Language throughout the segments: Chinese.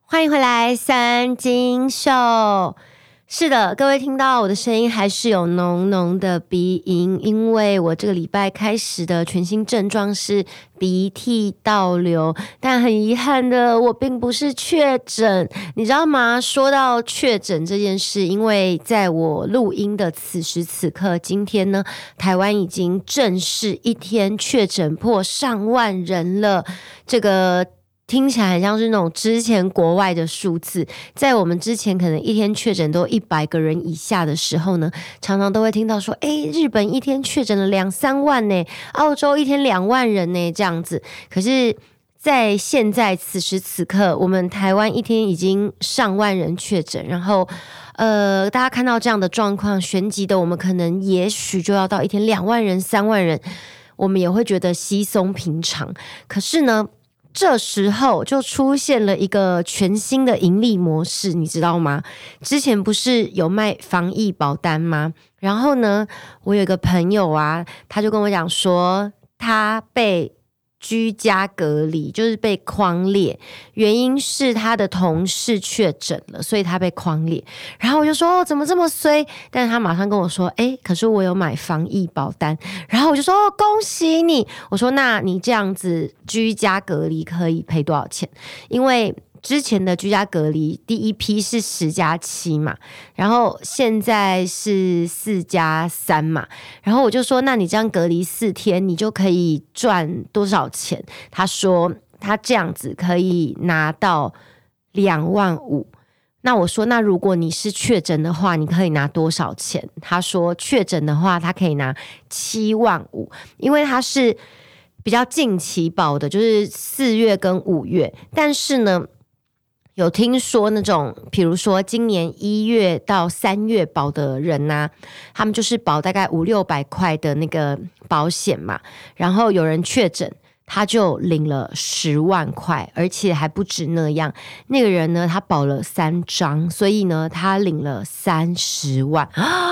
欢迎回来，三金秀。是的，各位听到我的声音还是有浓浓的鼻音，因为我这个礼拜开始的全新症状是鼻涕倒流，但很遗憾的，我并不是确诊，你知道吗？说到确诊这件事，因为在我录音的此时此刻，今天呢，台湾已经正式一天确诊破上万人了，这个听起来很像是那种之前国外的数字，在我们之前可能一天确诊都100个人以下的时候呢，常常都会听到说，日本一天确诊了2-3万呢，澳洲一天2万人呢，这样子。可是在现在此时此刻，我们台湾一天已经上万人确诊，然后大家看到这样的状况，旋即的我们可能也许就要到一天2万人、3万人，我们也会觉得稀松平常。可是呢，这时候就出现了一个全新的盈利模式，你知道吗？之前不是有卖防疫保单吗？然后呢，我有一个朋友啊，他就跟我讲说，他被居家隔离，就是被匡列，原因是他的同事确诊了，所以他被匡列。然后我就说怎么这么衰？但是他马上跟我说可是我有买防疫保单。然后我就说恭喜你。我说那你这样子居家隔离可以赔多少钱？因为之前的居家隔离第一批是10+7嘛，然后现在是4+3嘛，然后我就说那你这样隔离4天你就可以赚多少钱？他说他这样子可以拿到25000。那我说那如果你是确诊的话你可以拿多少钱？他说确诊的话他可以拿75000，因为他是比较近期保的，就是4月跟5月，但是呢有听说那种比如说今年1月到3月保的人啊，他们就是保大概500-600块的那个保险嘛，然后有人确诊他就领了10万块，而且还不止那样，那个人呢他保了3张，所以呢他领了30万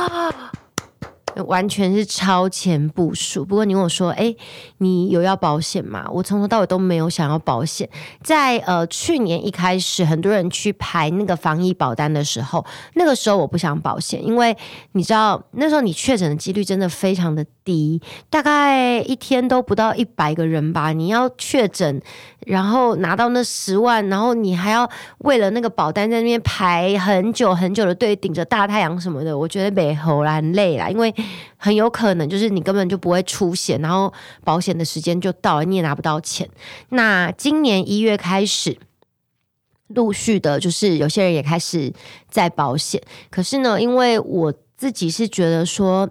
完全是超前部署。不过你问我说你有要保险吗？我从头到尾都没有想要保险。在去年一开始很多人去排那个防疫保单的时候，那个时候我不想保险，因为你知道那时候你确诊的几率真的非常的低，大概一天都不到100个人吧，你要确诊然后拿到那10万，然后你还要为了那个保单在那边排很久很久的队，顶着大太阳什么的，我觉得没好啦，很累啦，因为很有可能就是你根本就不会出险，然后保险的时间就到了，你也拿不到钱。那今年1月开始陆续的就是有些人也开始在保险，可是呢因为我自己是觉得说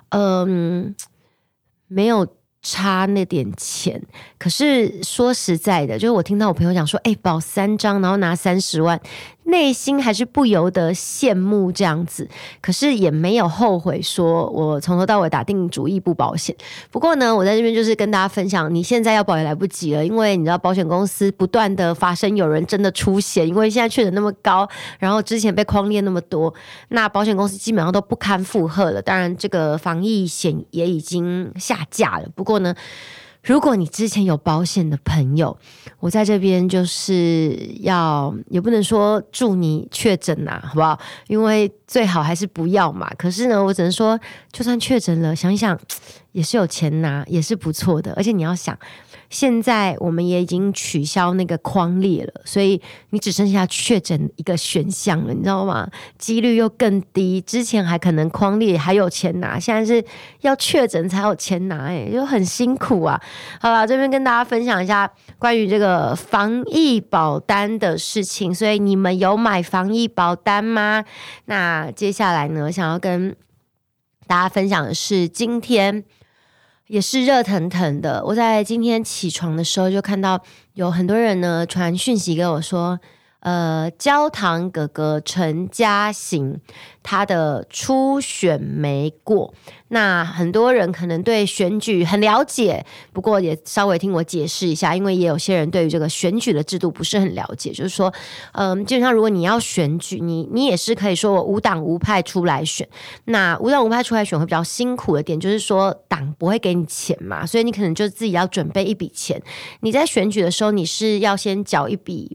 没有差那点钱，可是说实在的，就是我听到我朋友讲说保3张然后拿30万，内心还是不由得羡慕这样子，可是也没有后悔说我从头到尾打定主意不保险。不过呢我在这边就是跟大家分享，你现在要保也来不及了，因为你知道保险公司不断的发生有人真的出险，因为现在确诊那么高，然后之前被匡列那么多，那保险公司基本上都不堪负荷了，当然这个防疫险也已经下架了。不过呢如果你之前有保险的朋友，我在这边就是也不能说祝你确诊好不好？因为最好还是不要嘛。可是呢，我只能说，就算确诊了，想一想也是有钱拿，也是不错的。而且你要想，现在我们也已经取消那个匡列了，所以你只剩下确诊一个选项了，你知道吗？几率又更低，之前还可能匡列还有钱拿，现在是要确诊才有钱拿，就很辛苦啊。好啦，这边跟大家分享一下关于这个防疫保单的事情，所以你们有买防疫保单吗？那接下来呢，想要跟大家分享的是今天也是热腾腾的，我在今天起床的时候就看到有很多人呢传讯息给我说焦糖哥哥陈嘉行他的初选没过，那很多人可能对选举很了解，不过也稍微听我解释一下，因为也有些人对于这个选举的制度不是很了解，就是说基本上如果你要选举，你也是可以说我无党无派出来选，那无党无派出来选会比较辛苦的点就是说党不会给你钱嘛，所以你可能就自己要准备一笔钱，你在选举的时候你是要先缴一笔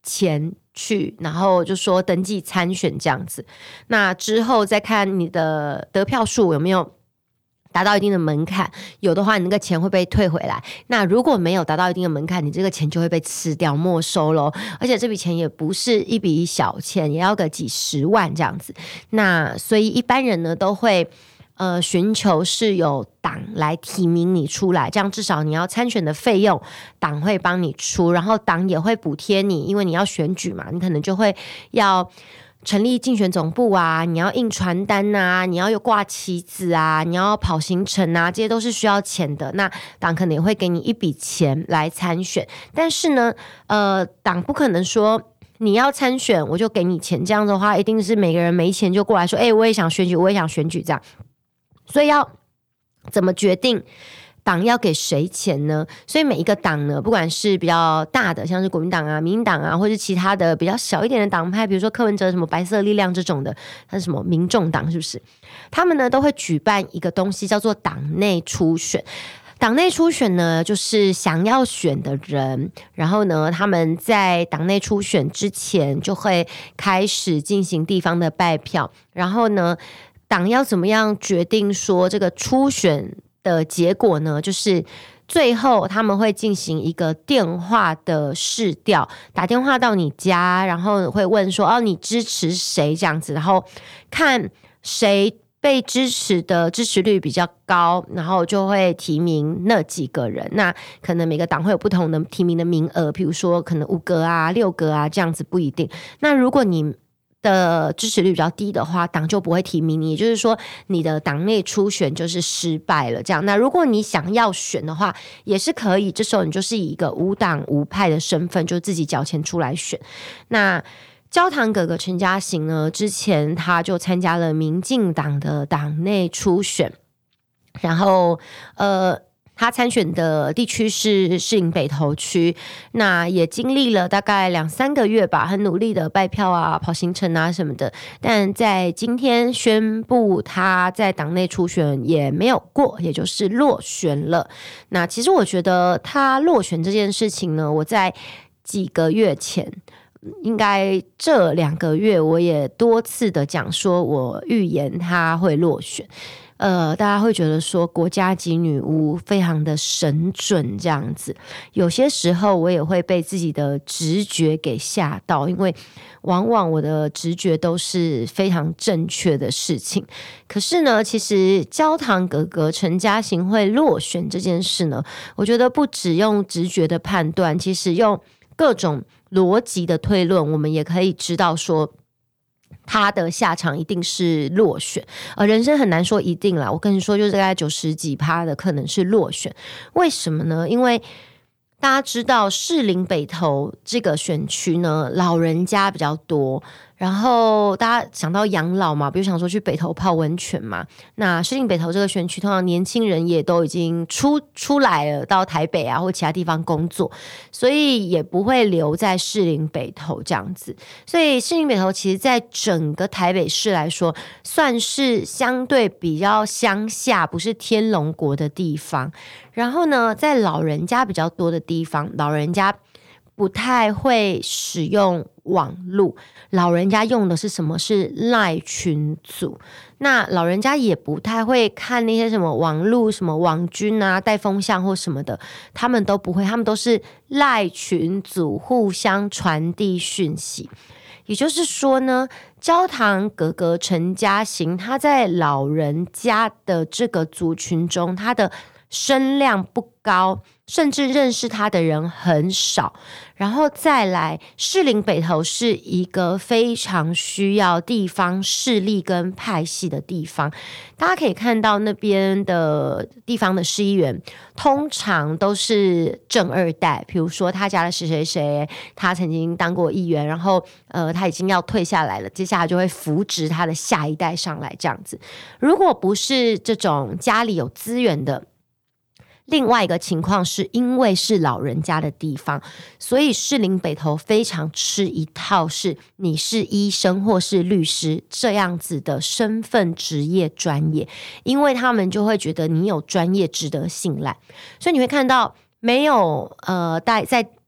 钱去，然后就说登记参选这样子。那之后再看你的得票数有没有达到一定的门槛，有的话你那个钱会被退回来，那如果没有达到一定的门槛，你这个钱就会被吃掉没收咯。而且这笔钱也不是一笔小钱，也要个几十万这样子。那所以一般人呢都会寻求是有党来提名你出来，这样至少你要参选的费用党会帮你出，然后党也会补贴你，因为你要选举嘛，你可能就会要成立竞选总部啊，你要印传单啊，你要有挂旗子啊，你要跑行程啊，这些都是需要钱的。那党可能也会给你一笔钱来参选，但是呢党不可能说你要参选我就给你钱，这样的话一定是每个人没钱就过来说我也想选举，我也想选举这样。所以要怎么决定党要给谁钱呢？所以每一个党呢，不管是比较大的，像是国民党啊、民进党啊，或是其他的比较小一点的党派，比如说柯文哲什么白色力量这种的，它是什么民众党是不是？他们呢都会举办一个东西叫做党内初选。党内初选呢，就是想要选的人，然后呢，他们在党内初选之前就会开始进行地方的拜票，然后呢，党要怎么样决定说这个初选的结果呢？就是最后他们会进行一个电话的市调，打电话到你家，然后会问说你支持谁这样子，然后看谁被支持的支持率比较高，然后就会提名那几个人。那可能每个党会有不同的提名的名额，比如说可能5个啊、6个啊这样子不一定。那如果你的支持率比较低的话，党就不会提名你，也就是说你的党内初选就是失败了这样。那如果你想要选的话也是可以，这时候你就是以一个无党无派的身份，就自己缴钱出来选。那焦糖哥哥陈嘉行呢，之前他就参加了民进党的党内初选，然后他参选的地区是士林北投区，那也经历了大概2-3个月吧，很努力的拜票啊、跑行程啊什么的，但在今天宣布他在党内初选也没有过，也就是落选了。那其实我觉得他落选这件事情呢，我在几个月前，应该这2个月我也多次的讲说我预言他会落选。大家会觉得说国家级女巫非常的神准这样子，有些时候我也会被自己的直觉给吓到，因为往往我的直觉都是非常正确的事情。可是呢，其实焦糖哥哥陈嘉行会落选这件事呢，我觉得不只用直觉的判断，其实用各种逻辑的推论，我们也可以知道说他的下场一定是落选。人生很难说一定啦，我跟你说就是大概90几%的可能是落选。为什么呢？因为大家知道士林北投这个选区呢，老人家比较多，然后大家想到养老嘛，比如想说去北投泡温泉嘛，那士林北投这个选区通常年轻人也都已经出来了，到台北啊或其他地方工作，所以也不会留在士林北投这样子。所以士林北投其实在整个台北市来说算是相对比较乡下，不是天龙国的地方。然后呢，在老人家比较多的地方，老人家不太会使用网络，老人家用的是什么？是 LINE 群组。那老人家也不太会看那些什么网络什么网军啊、带风向或什么的，他们都不会，他们都是 LINE 群组互相传递讯息。也就是说呢，焦糖哥哥陈嘉行他在老人家的这个族群中，他的声量不高，甚至认识他的人很少。然后再来，士林北投是一个非常需要地方势力跟派系的地方。大家可以看到那边的地方的市议员通常都是正二代，比如说他家的谁谁谁，他曾经当过议员，然后他已经要退下来了，接下来就会扶植他的下一代上来这样子。如果不是这种家里有资源的，另外一个情况是因为是老人家的地方，所以士林北投非常吃一套是你是医生或是律师这样子的身份职业专业，因为他们就会觉得你有专业值得信赖。所以你会看到没有在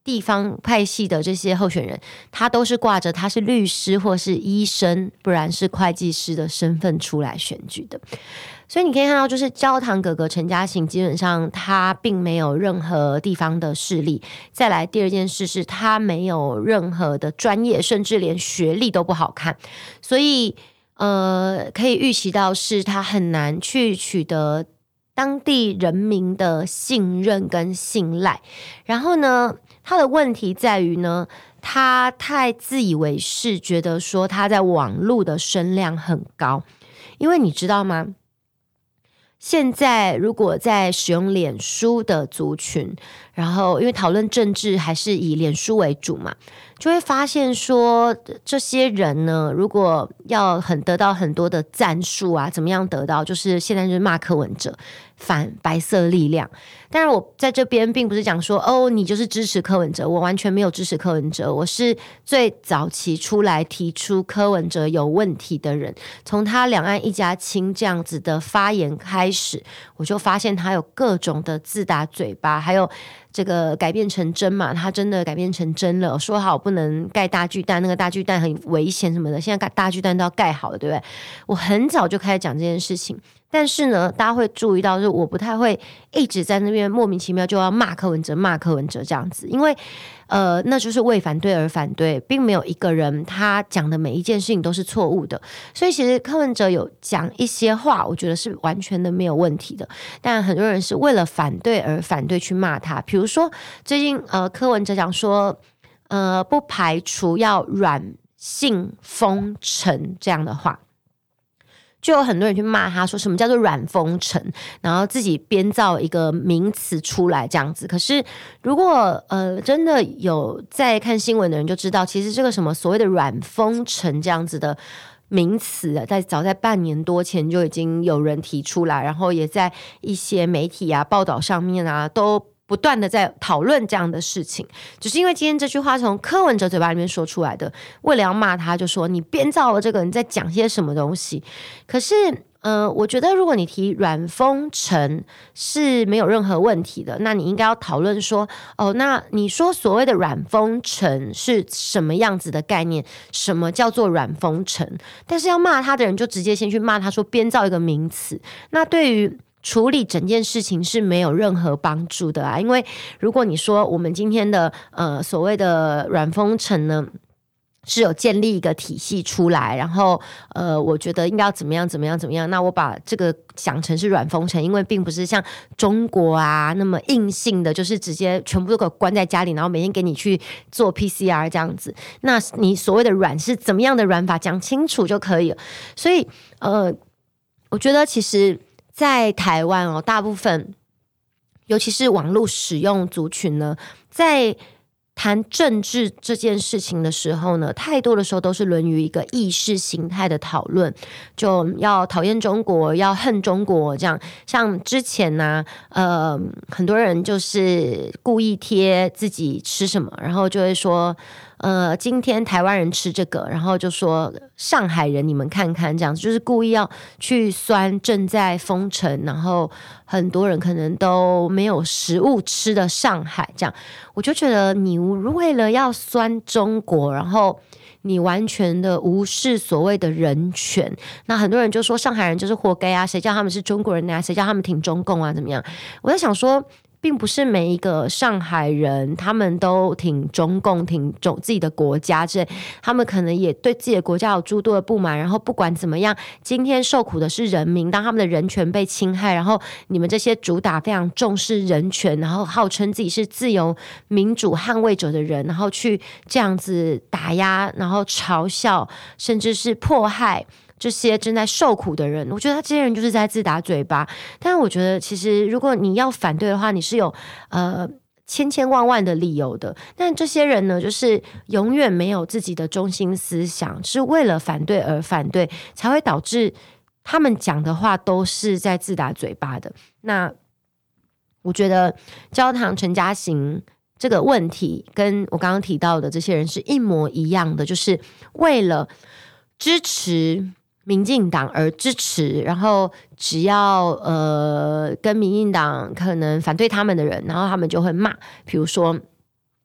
地方派系的这些候选人，他都是挂着他是律师或是医生，不然是会计师的身份出来选举的。所以你可以看到，就是焦糖哥哥陈嘉行，基本上他并没有任何地方的势力。再来第二件事是，他没有任何的专业，甚至连学历都不好看，所以可以预期到是他很难去取得当地人民的信任跟信赖。然后呢，他的问题在于呢，他太自以为是，觉得说他在网络的声量很高。因为你知道吗？现在如果在使用脸书的族群，然后因为讨论政治还是以脸书为主嘛，就会发现说这些人呢，如果要得到很多的赞数啊，怎么样得到？就是现在就是骂柯文哲，反白色力量。当然我在这边并不是讲说你就是支持柯文哲，我完全没有支持柯文哲，我是最早期出来提出柯文哲有问题的人。从他两岸一家亲这样子的发言开始，我就发现他有各种的自打嘴巴，还有这个改变成真嘛，他真的改变成真了，说好不能盖大巨蛋，那个大巨蛋很危险什么的，现在盖大巨蛋都要盖好了，对不对？我很早就开始讲这件事情，但是呢，大家会注意到，就是我不太会一直在那边莫名其妙就要骂柯文哲这样子，因为那就是为反对而反对，并没有一个人他讲的每一件事情都是错误的。所以其实柯文哲有讲一些话，我觉得是完全的没有问题的，但很多人是为了反对而反对去骂他。比如说最近柯文哲讲说不排除要软性封城这样的话，就有很多人去骂他，说什么叫做软封城，然后自己编造一个名词出来这样子。可是如果真的有在看新闻的人就知道，其实这个什么所谓的软封城这样子的名词早在半年多前就已经有人提出来，然后也在一些媒体啊报道上面啊都不断的在讨论这样的事情。只是因为今天这句话从柯文哲嘴巴里面说出来的，为了要骂他，就说你编造了这个，你在讲些什么东西。可是我觉得如果你提软封城是没有任何问题的，那你应该要讨论说那你说所谓的软封城是什么样子的概念，什么叫做软封城？但是要骂他的人就直接先去骂他说编造一个名词，那对于处理整件事情是没有任何帮助的啊。因为如果你说我们今天的所谓的软封城呢，是有建立一个体系出来，然后我觉得应该要怎么样，那我把这个想成是软封城，因为并不是像中国啊那么硬性的，就是直接全部都给我关在家里，然后每天给你去做 PCR 这样子。那你所谓的软是怎么样的软法，讲清楚就可以了。所以我觉得其实在台湾大部分尤其是网络使用族群呢，在谈政治这件事情的时候呢，太多的时候都是沦于一个意识形态的讨论，就要讨厌中国，要恨中国这样。像之前呢很多人就是故意贴自己吃什么，然后就会说今天台湾人吃这个，然后就说上海人你们看看，这样子就是故意要去酸正在封城，然后很多人可能都没有食物吃的上海这样。我就觉得你为了要酸中国，然后你完全的无视所谓的人权，那很多人就说上海人就是活该啊，谁叫他们是中国人啊，谁叫他们挺中共啊，怎么样？我在想说并不是每一个上海人他们都挺中共挺自己的国家之类，他们可能也对自己的国家有诸多的不满，然后不管怎么样今天受苦的是人民，当他们的人权被侵害，然后你们这些主打非常重视人权，然后号称自己是自由民主捍卫者的人，然后去这样子打压，然后嘲笑甚至是迫害这些正在受苦的人，我觉得他这些人就是在自打嘴巴。但是我觉得其实如果你要反对的话，你是有千万的理由的。但这些人呢，就是永远没有自己的中心思想，是为了反对而反对，才会导致他们讲的话都是在自打嘴巴的。那我觉得焦糖陈嘉行这个问题跟我刚刚提到的这些人是一模一样的，就是为了支持民进党而支持，然后只要跟民进党可能反对他们的人，然后他们就会骂，比如说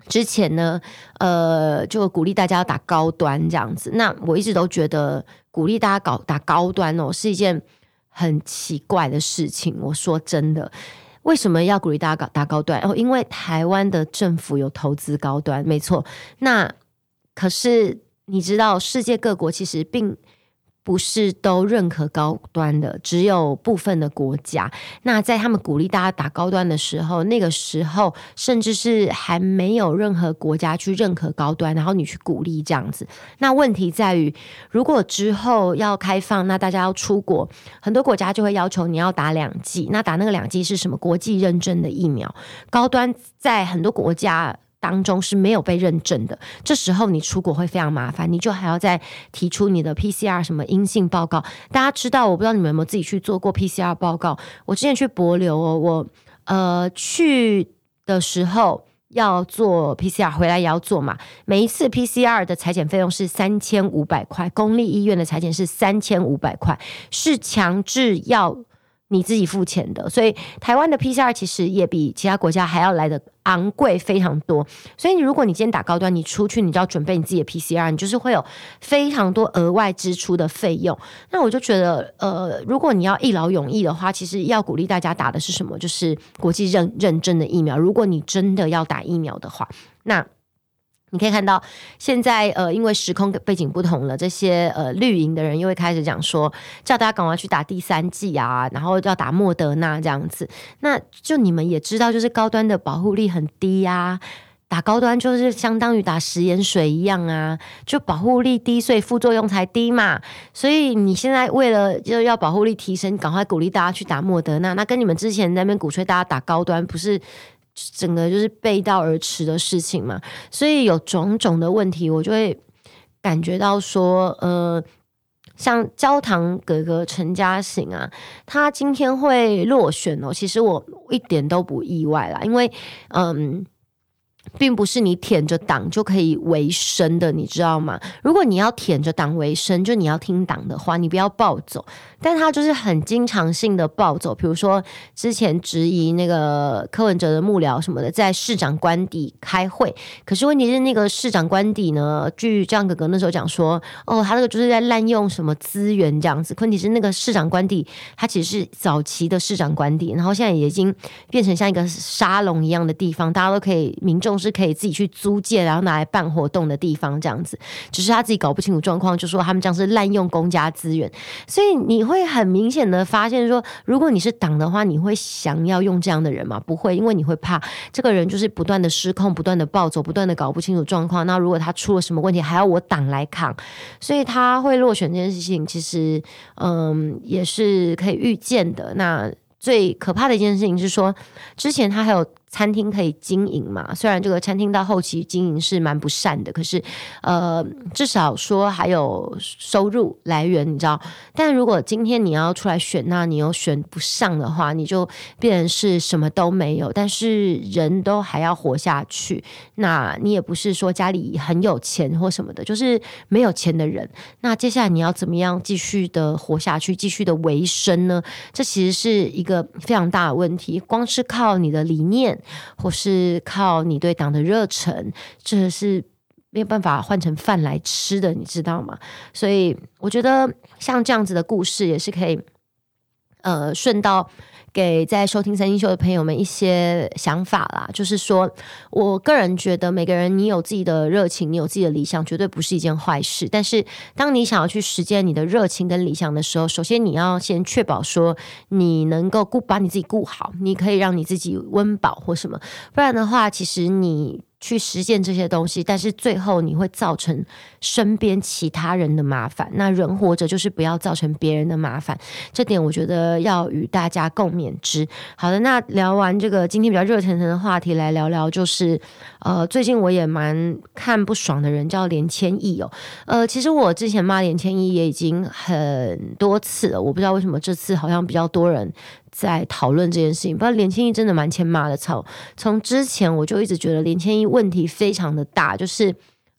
之前呢，就鼓励大家要打高端这样子。那我一直都觉得鼓励大家打高端哦，是一件很奇怪的事情。我说真的，为什么要鼓励大家打高端？因为台湾的政府有投资高端，没错。那可是你知道，世界各国其实并不是都认可高端的，只有部分的国家。那在他们鼓励大家打高端的时候，那个时候甚至是还没有任何国家去认可高端，然后你去鼓励这样子。那问题在于，如果之后要开放，那大家要出国，很多国家就会要求你要打2剂。那打那个2剂是什么？国际认证的疫苗。高端在很多国家当中是没有被认证的，这时候你出国会非常麻烦，你就还要再提出你的 PCR 什么阴性报告。大家知道，我不知道你们有没有自己去做过 PCR 报告。我之前去帛琉我去的时候要做 PCR， 回来也要做嘛。每一次 PCR 的采检费用是3500块，公立医院的采检是3500块，是强制要你自己付钱的。所以台湾的 PCR 其实也比其他国家还要来的昂贵非常多。所以如果你今天打高端，你出去你就要准备你自己的 PCR， 你就是会有非常多额外支出的费用。那我就觉得如果你要一劳永逸的话，其实要鼓励大家打的是什么？就是国际认证的疫苗。如果你真的要打疫苗的话，那你可以看到现在因为时空背景不同了，这些绿营的人又会开始讲说叫大家赶快去打第3剂啊，然后要打莫德纳这样子。那就你们也知道，就是高端的保护力很低啊，打高端就是相当于打食盐水一样啊，就保护力低，所以副作用才低嘛。所以你现在为了就要保护力提升，赶快鼓励大家去打莫德纳，那跟你们之前在那边鼓吹大家打高端，不是整个就是背道而驰的事情嘛。所以有种种的问题，我就会感觉到说像焦糖哥哥陈嘉行啊，他今天会落选哦，其实我一点都不意外啦。因为并不是你舔着党就可以为生的，你知道吗？如果你要舔着党为生，就你要听党的话，你不要暴走。但他就是很经常性的暴走，比如说之前质疑那个柯文哲的幕僚什么的，在市长官邸开会。可是问题是那个市长官邸呢，据这样哥哥那时候讲说，他那个就是在滥用什么资源这样子。问题是那个市长官邸，它其实是早期的市长官邸，然后现在也已经变成像一个沙龙一样的地方，大家都可以，民众是可以自己去租借，然后拿来办活动的地方这样子。只是他自己搞不清楚状况，就说他们这样是滥用公家资源。所以你会很明显的发现说，如果你是党的话，你会想要用这样的人吗？不会，因为你会怕这个人就是不断的失控，不断的暴走，不断的搞不清楚状况。那如果他出了什么问题，还要我党来扛，所以他会落选这件事情，其实也是可以预见的。那最可怕的一件事情是说，之前他还有餐厅可以经营嘛，虽然这个餐厅到后期经营是蛮不善的，可是至少说还有收入来源，你知道。但如果今天你要出来选，那你又选不上的话，你就变成是什么都没有，但是人都还要活下去。那你也不是说家里很有钱或什么的，就是没有钱的人。那接下来你要怎么样继续的活下去，继续的维生呢？这其实是一个非常大的问题。光是靠你的理念，或是靠你对党的热忱，这是没有办法换成饭来吃的，你知道吗？所以我觉得像这样子的故事也是可以顺道给在收听三星秀的朋友们一些想法啦。就是说我个人觉得每个人你有自己的热情，你有自己的理想，绝对不是一件坏事。但是当你想要去实践你的热情跟理想的时候，首先你要先确保说你能够把你自己顾好，你可以让你自己温饱或什么。不然的话，其实你去实践这些东西，但是最后你会造成身边其他人的麻烦。那人活着就是不要造成别人的麻烦，这点我觉得要与大家共勉之。好的，那聊完这个今天比较热腾腾的话题，来聊聊就是最近我也蛮看不爽的人叫连千亿哦。其实我之前骂连千亿也已经很多次了，我不知道为什么这次好像比较多人在讨论这件事情。不知道连千亿真的蛮欠骂的，从之前我就一直觉得连千亿问题非常的大，就是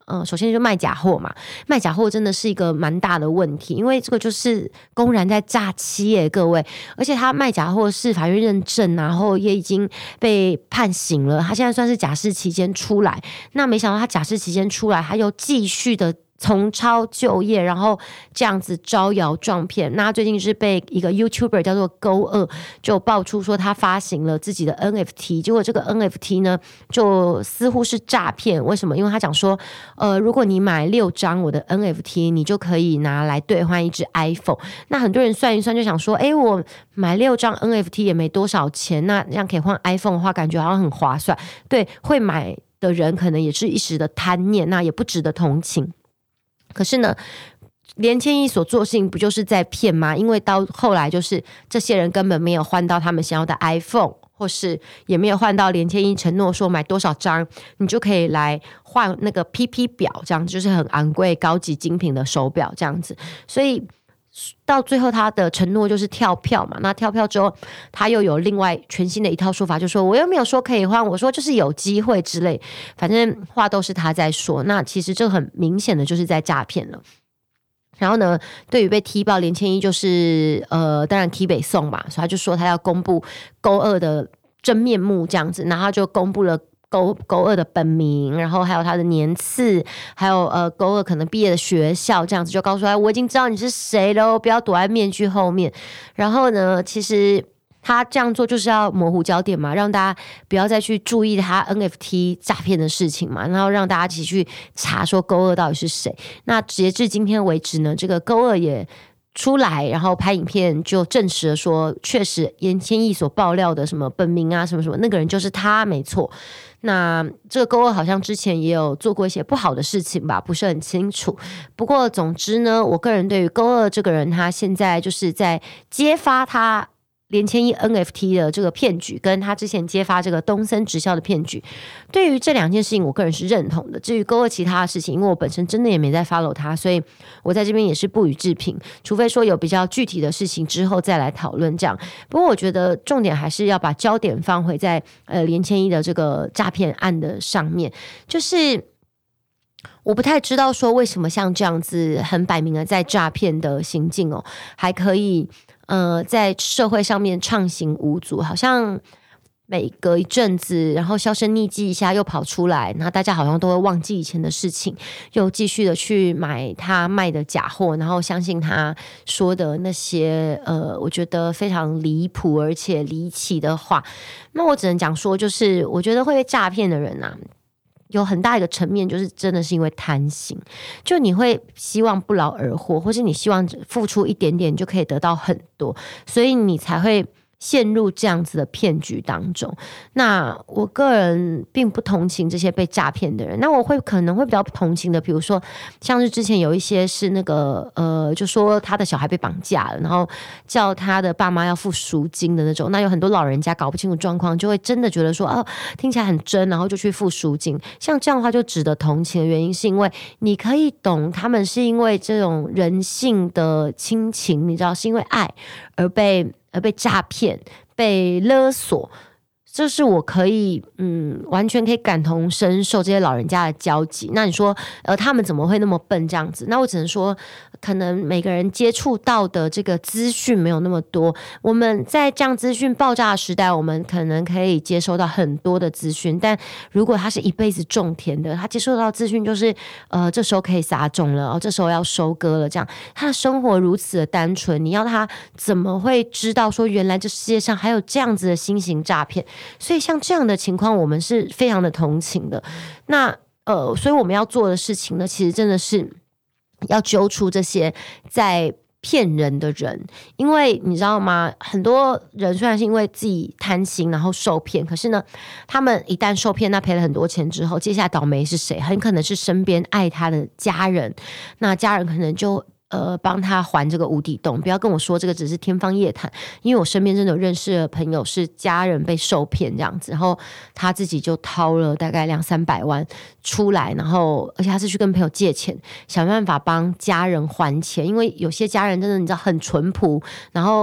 首先就卖假货嘛，卖假货真的是一个蛮大的问题，因为这个就是公然在诈欺耶，各位，而且他卖假货是法院认证，然后也已经被判刑了，他现在算是假释期间出来，那没想到他假释期间出来，他又继续的重操旧业，然后这样子招摇撞骗。那最近是被一个 YouTuber 叫做勾二就爆出说他发行了自己的 NFT， 结果这个 NFT 呢就似乎是诈骗。为什么？因为他讲说如果你买6张我的 NFT， 你就可以拿来兑换一只 iPhone。那很多人算一算就想说，我买6张 NFT 也没多少钱，那这样可以换 iPhone 的话，感觉好像很划算。对，会买的人可能也是一时的贪念，那也不值得同情。可是呢，连千亿所做事情不就是在骗吗？因为到后来就是这些人根本没有换到他们想要的 iPhone， 或是也没有换到连千亿承诺说买多少张你就可以来换那个 PP 表，这样就是很昂贵高级精品的手表这样子。所以到最后他的承诺就是跳票嘛，那跳票之后他又有另外全新的一套说法，就说我又没有说可以换，我说就是有机会之类，反正话都是他在说。那其实这很明显的就是在诈骗了。然后呢，对于被踢爆连千亿就是当然踢北宋嘛，所以他就说他要公布勾二的真面目这样子，然后他就公布了勾二的本名，然后还有他的年次，还有勾二可能毕业的学校，这样子就告诉他我已经知道你是谁了，不要躲在面具后面。然后呢，其实他这样做就是要模糊焦点嘛，让大家不要再去注意他 NFT 诈骗的事情嘛，然后让大家一起去查说勾二到底是谁。那截至今天为止呢，这个勾二也出来，然后拍影片就证实了说，确实连千亿所爆料的什么本名啊什么什么，那个人就是他，没错。那这个勾二好像之前也有做过一些不好的事情吧，不是很清楚。不过总之呢，我个人对于勾二这个人，他现在就是在揭发他连千亿 NFT 的这个骗局，跟他之前揭发这个东森直销的骗局，对于这2件事情我个人是认同的。至于勾二其他的事情，因为我本身真的也没在 follow 他，所以我在这边也是不予置评，除非说有比较具体的事情之后再来讨论这样。不过我觉得重点还是要把焦点放回在连千亿的这个诈骗案的上面，就是我不太知道说为什么像这样子很摆明了在诈骗的行径还可以在社会上面畅行无阻，好像每隔一阵子然后销声匿迹一下又跑出来，然后大家好像都会忘记以前的事情，又继续的去买他卖的假货，然后相信他说的那些我觉得非常离谱而且离奇的话。那我只能讲说，就是我觉得会被诈骗的人啊，有很大一个层面就是真的是因为贪心，就你会希望不劳而获，或是你希望付出一点点就可以得到很多，所以你才会陷入这样子的骗局当中。那我个人并不同情这些被诈骗的人，那我可能会比较同情的，比如说像是之前有一些是那个就说他的小孩被绑架了，然后叫他的爸妈要付赎金的那种，那有很多老人家搞不清楚状况，就会真的觉得说听起来很真，然后就去付赎金。像这样的话就值得同情的原因是因为你可以懂他们是因为这种人性的亲情，你知道是因为爱而被诈骗、被勒索，这是我可以完全可以感同身受这些老人家的焦急。那你说他们怎么会那么笨这样子？那我只能说可能每个人接触到的这个资讯没有那么多，我们在这样资讯爆炸的时代，我们可能可以接收到很多的资讯，但如果他是一辈子种田的，他接受到资讯就是这时候可以撒种了，这时候要收割了，这样他的生活如此的单纯，你要他怎么会知道说原来这世界上还有这样子的新型诈骗？所以像这样的情况我们是非常的同情的。那所以我们要做的事情呢，其实真的是要揪出这些在骗人的人。因为你知道吗，很多人虽然是因为自己贪心然后受骗，可是呢他们一旦受骗，那赔了很多钱之后，接下来倒霉是谁？很可能是身边爱他的家人，那家人可能就帮他还这个无底洞。不要跟我说这个只是天方夜谭，因为我身边真的有认识的朋友是家人被受骗这样子，然后他自己就掏了大概200-300万出来，然后而且他是去跟朋友借钱，想办法帮家人还钱。因为有些家人真的你知道很淳朴，然后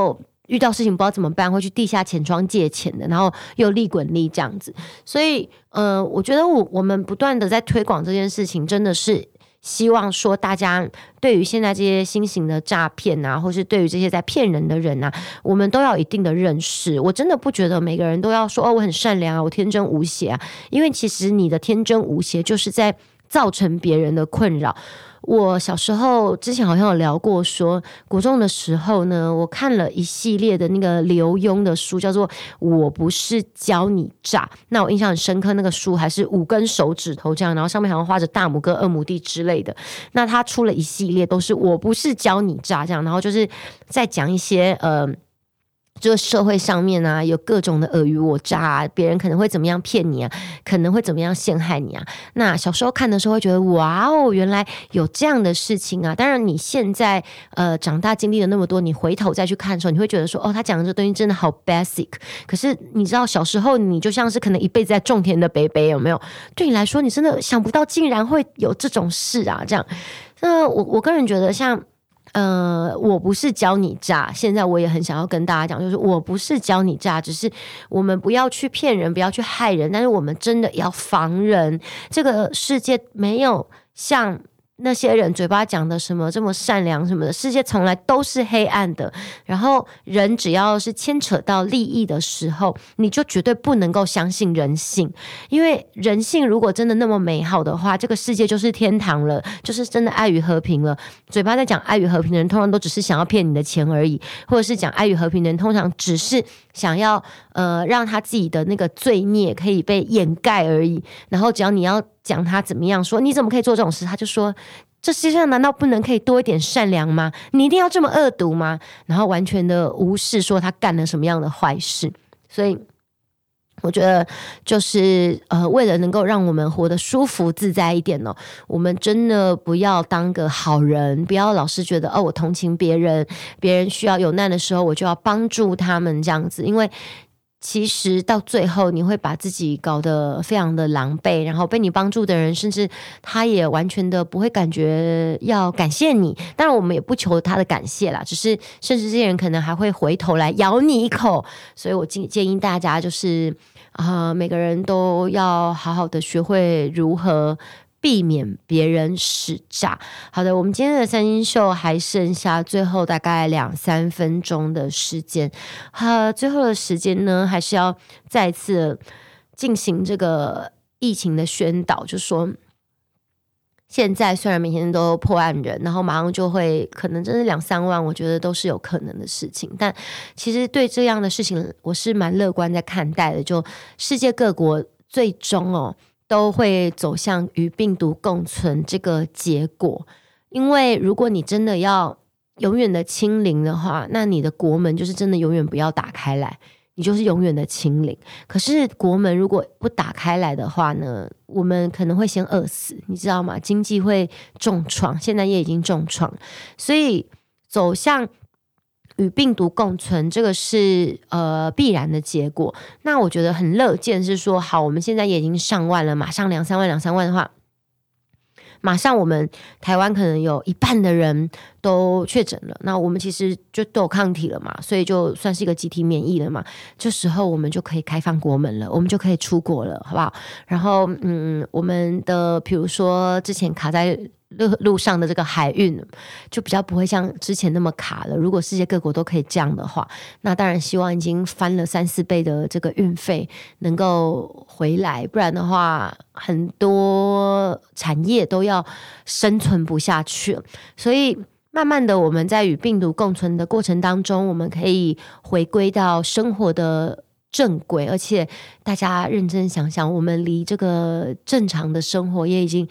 遇到事情不知道怎么办，会去地下钱庄借钱的，然后又利滚利这样子。所以我觉得我们不断的在推广这件事情，真的是希望说大家对于现在这些新型的诈骗啊，或是对于这些在骗人的人啊，我们都要有一定的认识。我真的不觉得每个人都要说我很善良啊，我天真无邪啊，因为其实你的天真无邪就是在造成别人的困扰。我小时候之前好像有聊过说，国中的时候呢，我看了一系列的那个刘墉的书，叫做《我不是教你诈》。那我印象很深刻，那个书还是5根手指头这样，然后上面好像画着大拇哥、二拇弟之类的。那他出了一系列都是我不是教你诈这样，然后就是在讲一些就是社会上面啊，有各种的尔虞我诈啊，别人可能会怎么样骗你啊，可能会怎么样陷害你啊。那小时候看的时候会觉得哇哦，原来有这样的事情啊。当然你现在长大经历了那么多，你回头再去看的时候，你会觉得说他讲的这东西真的好 basic。可是你知道小时候你就像是可能一辈子在种田的伯伯，有没有？对你来说你真的想不到竟然会有这种事啊，这样。那我个人觉得像我不是教你诈，现在我也很想要跟大家讲，就是我不是教你诈，只是我们不要去骗人，不要去害人，但是我们真的要防人。这个世界没有像那些人嘴巴讲的什么这么善良什么的，世界从来都是黑暗的。然后人只要是牵扯到利益的时候，你就绝对不能够相信人性，因为人性如果真的那么美好的话，这个世界就是天堂了，就是真的爱与和平了。嘴巴在讲爱与和平的人，通常都只是想要骗你的钱而已，或者是讲爱与和平的人，通常只是想要让他自己的那个罪孽可以被掩盖而已。然后只要你要讲他怎么样，说你怎么可以做这种事，他就说这世界上难道不能可以多一点善良吗？你一定要这么恶毒吗？然后完全的无视说他干了什么样的坏事。所以我觉得就是为了能够让我们活得舒服自在一点我们真的不要当个好人，不要老是觉得我同情别人，别人需要有难的时候我就要帮助他们这样子。因为其实到最后你会把自己搞得非常的狼狈，然后被你帮助的人甚至他也完全的不会感觉要感谢你。当然我们也不求他的感谢啦，只是甚至这些人可能还会回头来咬你一口。所以我建议大家就是每个人都要好好的学会如何避免别人使诈。好的，我们今天的三金秀还剩下最后大概2-3分钟的时间。最后的时间呢，还是要再次进行这个疫情的宣导，就说现在虽然每天都破案人，然后马上就会可能真是2-3万，我觉得都是有可能的事情。但其实对这样的事情我是蛮乐观在看待的，就世界各国最终都会走向与病毒共存这个结果。因为如果你真的要永远的清零的话，那你的国门就是真的永远不要打开来，你就是永远的清零。可是国门如果不打开来的话呢，我们可能会先饿死，你知道吗？经济会重创，现在也已经重创，所以走向与病毒共存，这个是必然的结果。那我觉得很乐见是说，好，我们现在也已经上万了，马上2-3万的话，马上我们台湾可能有1半的人都确诊了，那我们其实就都有抗体了嘛，所以就算是一个集体免疫了嘛。这时候我们就可以开放国门了，我们就可以出国了，好不好？然后我们的比如说之前卡在路上的这个海运就比较不会像之前那么卡了。如果世界各国都可以这样的话，那当然希望已经翻了3-4倍的这个运费能够回来，不然的话很多产业都要生存不下去了。所以慢慢的我们在与病毒共存的过程当中，我们可以回归到生活的正轨，而且大家认真想想，我们离这个正常的生活也已经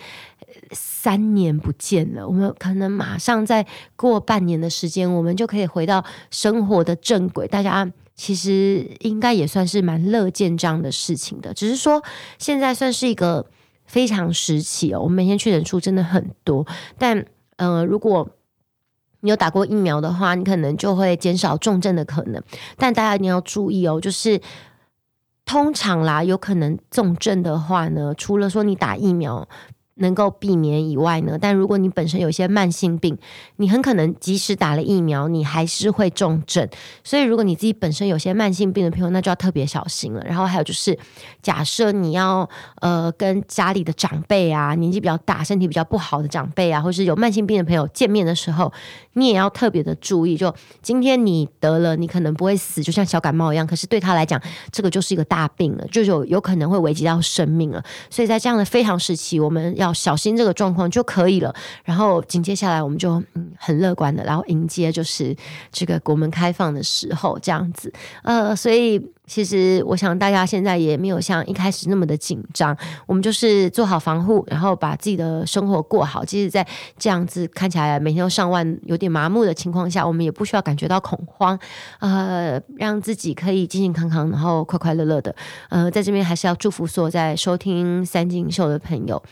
3年不见了，我们可能马上再过半年的时间，我们就可以回到生活的正轨。大家其实应该也算是蛮乐见这样的事情的，只是说现在算是一个非常时期我们每天确诊数真的很多，但如果你有打过疫苗的话，你可能就会减少重症的可能。但大家一定要注意就是通常啦，有可能重症的话呢，除了说你打疫苗能够避免以外呢，但如果你本身有一些慢性病，你很可能即使打了疫苗，你还是会重症。所以如果你自己本身有些慢性病的朋友，那就要特别小心了。然后还有就是，假设你要跟家里的长辈啊，年纪比较大、身体比较不好的长辈啊，或是有慢性病的朋友见面的时候，你也要特别的注意。就今天你得了，你可能不会死，就像小感冒一样，可是对他来讲，这个就是一个大病了，就有可能会危及到生命了。所以在这样的非常时期，我们要小心这个状况就可以了。然后紧接下来，我们就很乐观的，然后迎接就是这个国门开放的时候，这样子。所以其实我想大家现在也没有像一开始那么的紧张，我们就是做好防护，然后把自己的生活过好。其实在这样子看起来每天都上万有点麻木的情况下，我们也不需要感觉到恐慌，让自己可以健健康康，然后快快乐乐的。在这边还是要祝福所有在收听三金秀的朋友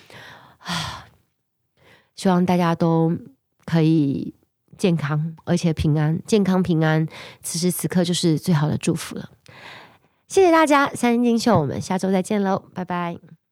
希望大家都可以健康而且平安，健康平安，此时此刻就是最好的祝福了。谢谢大家，三金秀，我们下周再见喽，拜拜。